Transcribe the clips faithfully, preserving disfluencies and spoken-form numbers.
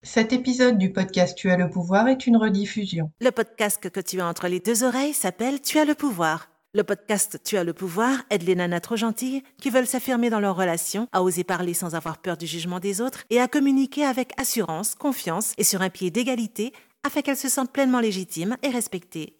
Cet épisode du podcast Tu as le pouvoir est une rediffusion. Le podcast que tu as entre les deux oreilles s'appelle Tu as le pouvoir. Le podcast Tu as le pouvoir aide les nanas trop gentilles qui veulent s'affirmer dans leur relation, à oser parler sans avoir peur du jugement des autres et à communiquer avec assurance, confiance et sur un pied d'égalité afin qu'elles se sentent pleinement légitimes et respectées.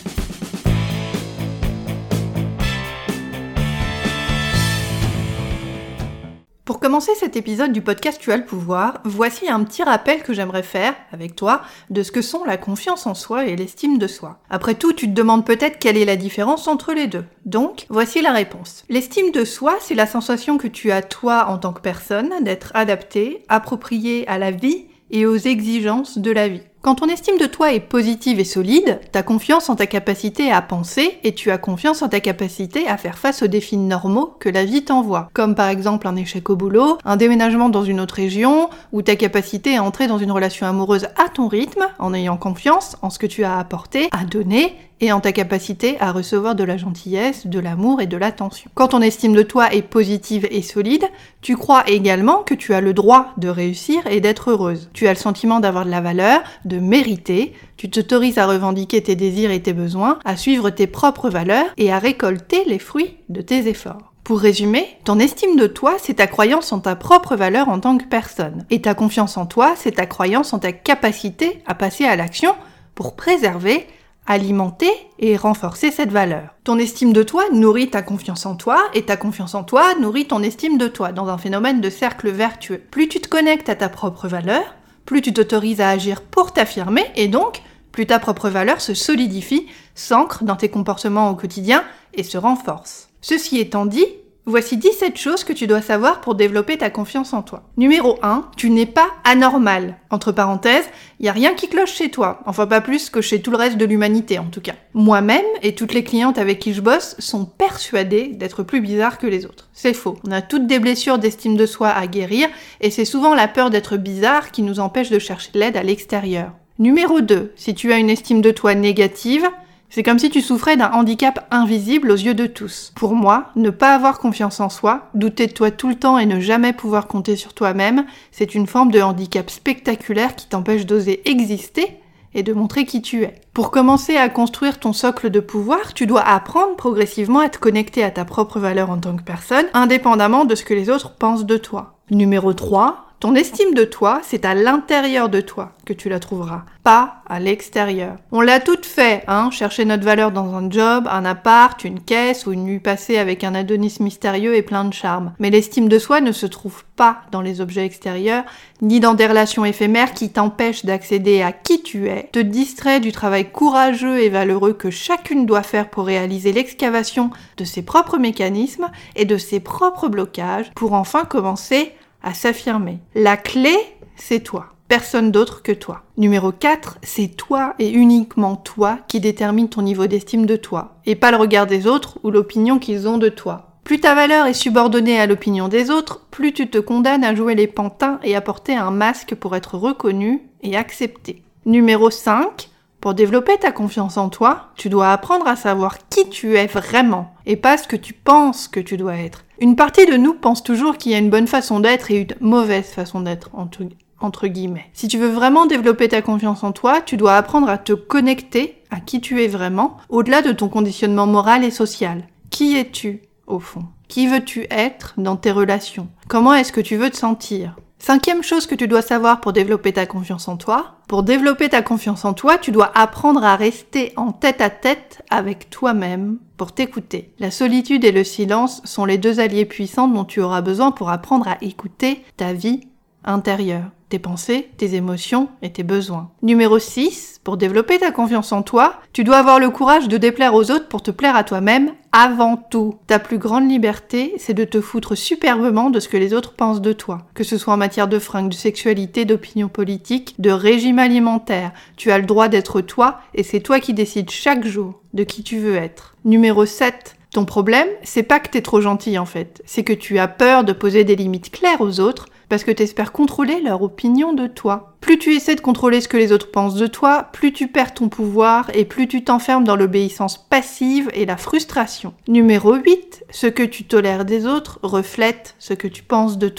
Pour commencer cet épisode du podcast Tu as le pouvoir, voici un petit rappel que j'aimerais faire, avec toi, de ce que sont la confiance en soi et l'estime de soi. Après tout, tu te demandes peut-être quelle est la différence entre les deux. Donc, voici la réponse. L'estime de soi, c'est la sensation que tu as toi en tant que personne d'être adapté, approprié à la vie et aux exigences de la vie. Quand ton estime de toi est positive et solide, t'as confiance en ta capacité à penser et tu as confiance en ta capacité à faire face aux défis normaux que la vie t'envoie. Comme par exemple un échec au boulot, un déménagement dans une autre région, ou ta capacité à entrer dans une relation amoureuse à ton rythme, en ayant confiance en ce que tu as à apporter, à donner, et en ta capacité à recevoir de la gentillesse, de l'amour et de l'attention. Quand ton estime de toi est positive et solide, tu crois également que tu as le droit de réussir et d'être heureuse. Tu as le sentiment d'avoir de la valeur, de mériter, tu t'autorises à revendiquer tes désirs et tes besoins, à suivre tes propres valeurs et à récolter les fruits de tes efforts. Pour résumer, ton estime de toi, c'est ta croyance en ta propre valeur en tant que personne. Et ta confiance en toi, c'est ta croyance en ta capacité à passer à l'action pour préserver, alimenter et renforcer cette valeur. Ton estime de toi nourrit ta confiance en toi et ta confiance en toi nourrit ton estime de toi dans un phénomène de cercle vertueux. Plus tu te connectes à ta propre valeur, plus tu t'autorises à agir pour t'affirmer et donc plus ta propre valeur se solidifie, s'ancre dans tes comportements au quotidien et se renforce. Ceci étant dit, voici dix-sept choses que tu dois savoir pour développer ta confiance en toi. Numéro un, tu n'es pas anormal. Entre parenthèses, il n'y a rien qui cloche chez toi. Enfin pas plus que chez tout le reste de l'humanité en tout cas. Moi-même et toutes les clientes avec qui je bosse sont persuadées d'être plus bizarres que les autres. C'est faux. On a toutes des blessures d'estime de soi à guérir et c'est souvent la peur d'être bizarre qui nous empêche de chercher de l'aide à l'extérieur. Numéro deux, si tu as une estime de toi négative, c'est comme si tu souffrais d'un handicap invisible aux yeux de tous. Pour moi, ne pas avoir confiance en soi, douter de toi tout le temps et ne jamais pouvoir compter sur toi-même, c'est une forme de handicap spectaculaire qui t'empêche d'oser exister et de montrer qui tu es. Pour commencer à construire ton socle de pouvoir, tu dois apprendre progressivement à te connecter à ta propre valeur en tant que personne, indépendamment de ce que les autres pensent de toi. Numéro trois, ton estime de toi, c'est à l'intérieur de toi que tu la trouveras, pas à l'extérieur. On l'a toutes fait, hein, chercher notre valeur dans un job, un appart, une caisse ou une nuit passée avec un Adonis mystérieux et plein de charme. Mais l'estime de soi ne se trouve pas dans les objets extérieurs, ni dans des relations éphémères qui t'empêchent d'accéder à qui tu es, te distrait du travail courageux et valeureux que chacune doit faire pour réaliser l'excavation de ses propres mécanismes et de ses propres blocages pour enfin commencer à s'affirmer. La clé, c'est toi. Personne d'autre que toi. Numéro quatre, c'est toi et uniquement toi qui détermine ton niveau d'estime de toi, et pas le regard des autres ou l'opinion qu'ils ont de toi. Plus ta valeur est subordonnée à l'opinion des autres, plus tu te condamnes à jouer les pantins et à porter un masque pour être reconnu et accepté. Numéro cinq, pour développer ta confiance en toi, tu dois apprendre à savoir qui tu es vraiment, et pas ce que tu penses que tu dois être. Une partie de nous pense toujours qu'il y a une bonne façon d'être et une mauvaise façon d'être, entre, entre guillemets. Si tu veux vraiment développer ta confiance en toi, tu dois apprendre à te connecter à qui tu es vraiment, au-delà de ton conditionnement moral et social. Qui es-tu, au fond ? Qui veux-tu être dans tes relations ? Comment est-ce que tu veux te sentir ? Cinquième chose que tu dois savoir pour développer ta confiance en toi. Pour développer ta confiance en toi, tu dois apprendre à rester en tête à tête avec toi-même pour t'écouter. La solitude et le silence sont les deux alliés puissants dont tu auras besoin pour apprendre à écouter ta vie intérieure, tes pensées, tes émotions et tes besoins. Numéro six, pour développer ta confiance en toi, tu dois avoir le courage de déplaire aux autres pour te plaire à toi-même avant tout. Ta plus grande liberté, c'est de te foutre superbement de ce que les autres pensent de toi. Que ce soit en matière de fringues, de sexualité, d'opinion politique, de régime alimentaire. Tu as le droit d'être toi et c'est toi qui décides chaque jour de qui tu veux être. Numéro sept, ton problème, c'est pas que t'es trop gentil en fait. C'est que tu as peur de poser des limites claires aux autres parce que t'espères contrôler leur opinion de toi. Plus tu essaies de contrôler ce que les autres pensent de toi, plus tu perds ton pouvoir et plus tu t'enfermes dans l'obéissance passive et la frustration. Numéro huit, ce que tu tolères des autres reflète ce que tu penses de toi.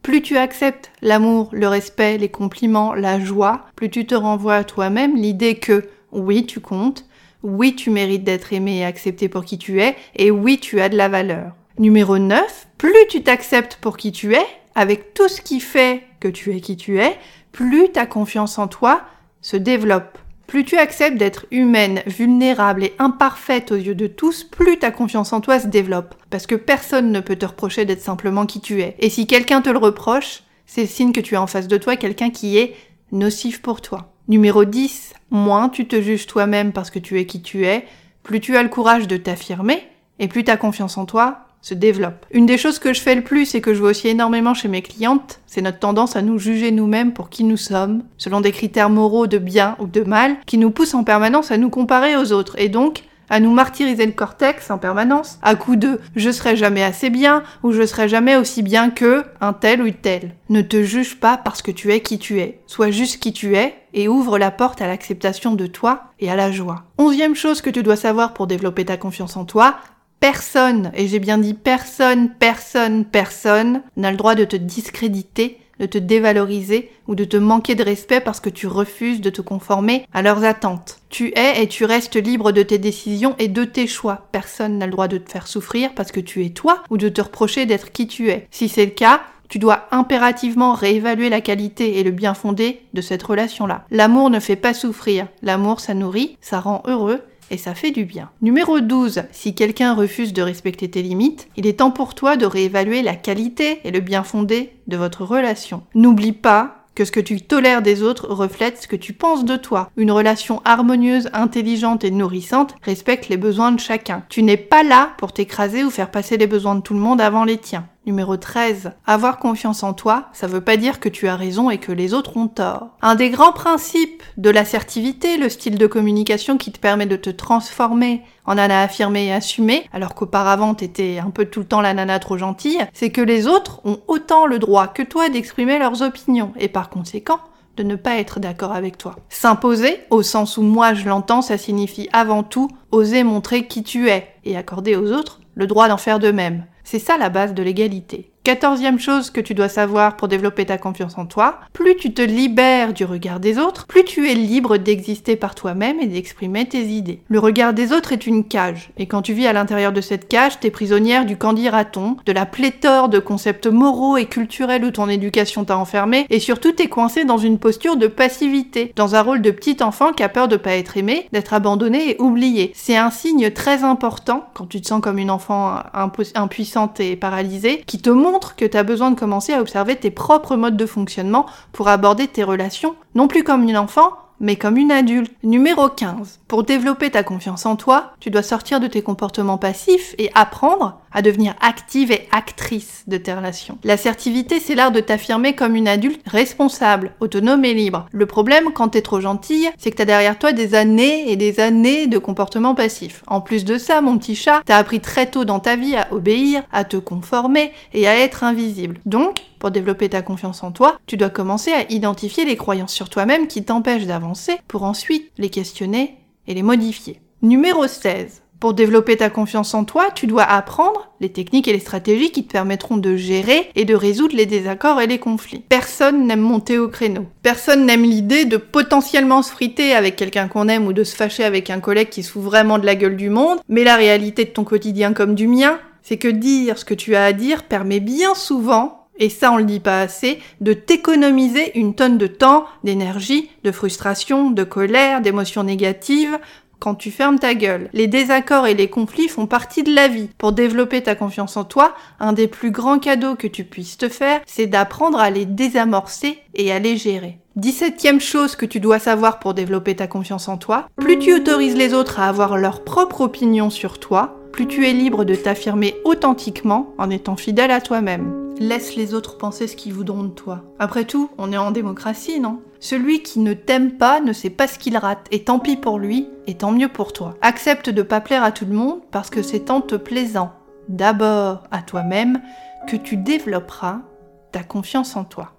Plus tu acceptes l'amour, le respect, les compliments, la joie, plus tu te renvoies à toi-même l'idée que oui, tu comptes, oui, tu mérites d'être aimé et accepté pour qui tu es, et oui, tu as de la valeur. Numéro neuf, plus tu t'acceptes pour qui tu es, avec tout ce qui fait que tu es qui tu es, plus ta confiance en toi se développe. Plus tu acceptes d'être humaine, vulnérable et imparfaite aux yeux de tous, plus ta confiance en toi se développe. Parce que personne ne peut te reprocher d'être simplement qui tu es. Et si quelqu'un te le reproche, c'est le signe que tu as en face de toi quelqu'un qui est nocif pour toi. Numéro dix, moins tu te juges toi-même parce que tu es qui tu es, plus tu as le courage de t'affirmer, et plus ta confiance en toi se développe. Une des choses que je fais le plus et que je vois aussi énormément chez mes clientes, c'est notre tendance à nous juger nous-mêmes pour qui nous sommes, selon des critères moraux de bien ou de mal, qui nous poussent en permanence à nous comparer aux autres, et donc à nous martyriser le cortex en permanence, à coup de « je serai jamais assez bien » ou « je serai jamais aussi bien que un tel ou une telle ». Ne te juge pas parce que tu es qui tu es. Sois juste qui tu es et ouvre la porte à l'acceptation de toi et à la joie. Onzième chose que tu dois savoir pour développer ta confiance en toi, personne, et j'ai bien dit personne, personne, personne, n'a le droit de te discréditer, de te dévaloriser ou de te manquer de respect parce que tu refuses de te conformer à leurs attentes. Tu es et tu restes libre de tes décisions et de tes choix. Personne n'a le droit de te faire souffrir parce que tu es toi ou de te reprocher d'être qui tu es. Si c'est le cas, tu dois impérativement réévaluer la qualité et le bien fondé de cette relation-là. L'amour ne fait pas souffrir. L'amour, ça nourrit, ça rend heureux, et ça fait du bien. Numéro douze. Si quelqu'un refuse de respecter tes limites, il est temps pour toi de réévaluer la qualité et le bien fondé de votre relation. N'oublie pas que ce que tu tolères des autres reflète ce que tu penses de toi. Une relation harmonieuse, intelligente et nourrissante respecte les besoins de chacun. Tu n'es pas là pour t'écraser ou faire passer les besoins de tout le monde avant les tiens. Numéro treize. Avoir confiance en toi, ça veut pas dire que tu as raison et que les autres ont tort. Un des grands principes de l'assertivité, le style de communication qui te permet de te transformer en nana affirmée et assumée, alors qu'auparavant t'étais un peu tout le temps la nana trop gentille, c'est que les autres ont autant le droit que toi d'exprimer leurs opinions, et par conséquent, de ne pas être d'accord avec toi. S'imposer, au sens où moi je l'entends, ça signifie avant tout oser montrer qui tu es, et accorder aux autres le droit d'en faire de même. C'est ça la base de l'égalité. Quatorzième chose que tu dois savoir pour développer ta confiance en toi, plus tu te libères du regard des autres, plus tu es libre d'exister par toi-même et d'exprimer tes idées. Le regard des autres est une cage, et quand tu vis à l'intérieur de cette cage, t'es prisonnière du qu'en-dira-t-on, de la pléthore de concepts moraux et culturels où ton éducation t'a enfermé, et surtout t'es coincé dans une posture de passivité, dans un rôle de petit enfant qui a peur de pas être aimé, d'être abandonné et oublié. C'est un signe très important, quand tu te sens comme une enfant impu- impuissante et paralysée, qui te montre que tu as besoin de commencer à observer tes propres modes de fonctionnement pour aborder tes relations, non plus comme une enfant, mais comme une adulte. Numéro quinze. Pour développer ta confiance en toi, tu dois sortir de tes comportements passifs et apprendre à devenir active et actrice de tes relations. L'assertivité, c'est l'art de t'affirmer comme une adulte responsable, autonome et libre. Le problème, quand t'es trop gentille, c'est que t'as derrière toi des années et des années de comportements passifs. En plus de ça, mon petit chat, t'as appris très tôt dans ta vie à obéir, à te conformer et à être invisible. Donc, pour développer ta confiance en toi, tu dois commencer à identifier les croyances sur toi-même qui t'empêchent d'avancer pour ensuite les questionner et les modifier. Numéro seize. Pour développer ta confiance en toi, tu dois apprendre les techniques et les stratégies qui te permettront de gérer et de résoudre les désaccords et les conflits. Personne n'aime monter au créneau. Personne n'aime l'idée de potentiellement se friter avec quelqu'un qu'on aime ou de se fâcher avec un collègue qui se fout vraiment de la gueule du monde, mais la réalité de ton quotidien comme du mien, c'est que dire ce que tu as à dire permet bien souvent, et ça on le dit pas assez, de t'économiser une tonne de temps, d'énergie, de frustration, de colère, d'émotions négatives, quand tu fermes ta gueule. Les désaccords et les conflits font partie de la vie. Pour développer ta confiance en toi, un des plus grands cadeaux que tu puisses te faire, c'est d'apprendre à les désamorcer et à les gérer. dix-septième chose que tu dois savoir pour développer ta confiance en toi, plus tu autorises les autres à avoir leur propre opinion sur toi, plus tu es libre de t'affirmer authentiquement en étant fidèle à toi-même. Laisse les autres penser ce qu'ils voudront de toi. Après tout, on est en démocratie, non ? Celui qui ne t'aime pas ne sait pas ce qu'il rate, et tant pis pour lui, et tant mieux pour toi. Accepte de pas plaire à tout le monde parce que c'est en te plaisant, d'abord à toi-même, que tu développeras ta confiance en toi.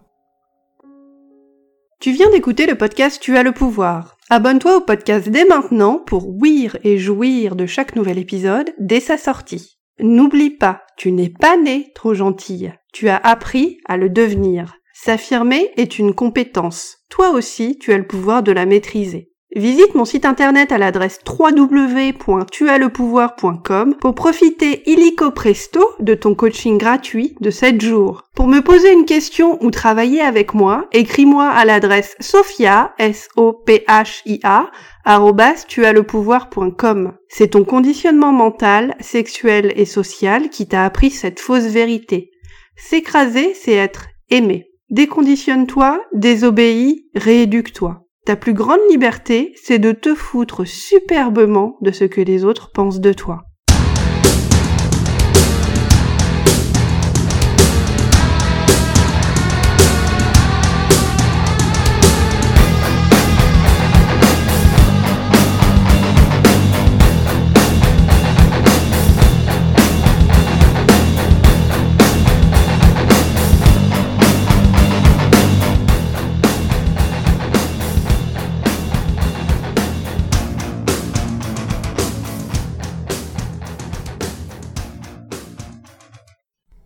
Tu viens d'écouter le podcast Tu as le pouvoir. Abonne-toi au podcast dès maintenant pour ouïr et jouir de chaque nouvel épisode dès sa sortie. N'oublie pas, tu n'es pas née trop gentille. Tu as appris à le devenir. S'affirmer est une compétence. Toi aussi, tu as le pouvoir de la maîtriser. Visite mon site internet à l'adresse w w w point tu as le pouvoir point com pour profiter illico presto de ton coaching gratuit de sept jours. Pour me poser une question ou travailler avec moi, écris-moi à l'adresse sophia, S O P H I A, arobase tu as le pouvoir point com. C'est ton conditionnement mental, sexuel et social qui t'a appris cette fausse vérité. S'écraser, c'est être aimé. Déconditionne-toi, désobéis, rééduque-toi. Ta plus grande liberté, c'est de te foutre superbement de ce que les autres pensent de toi.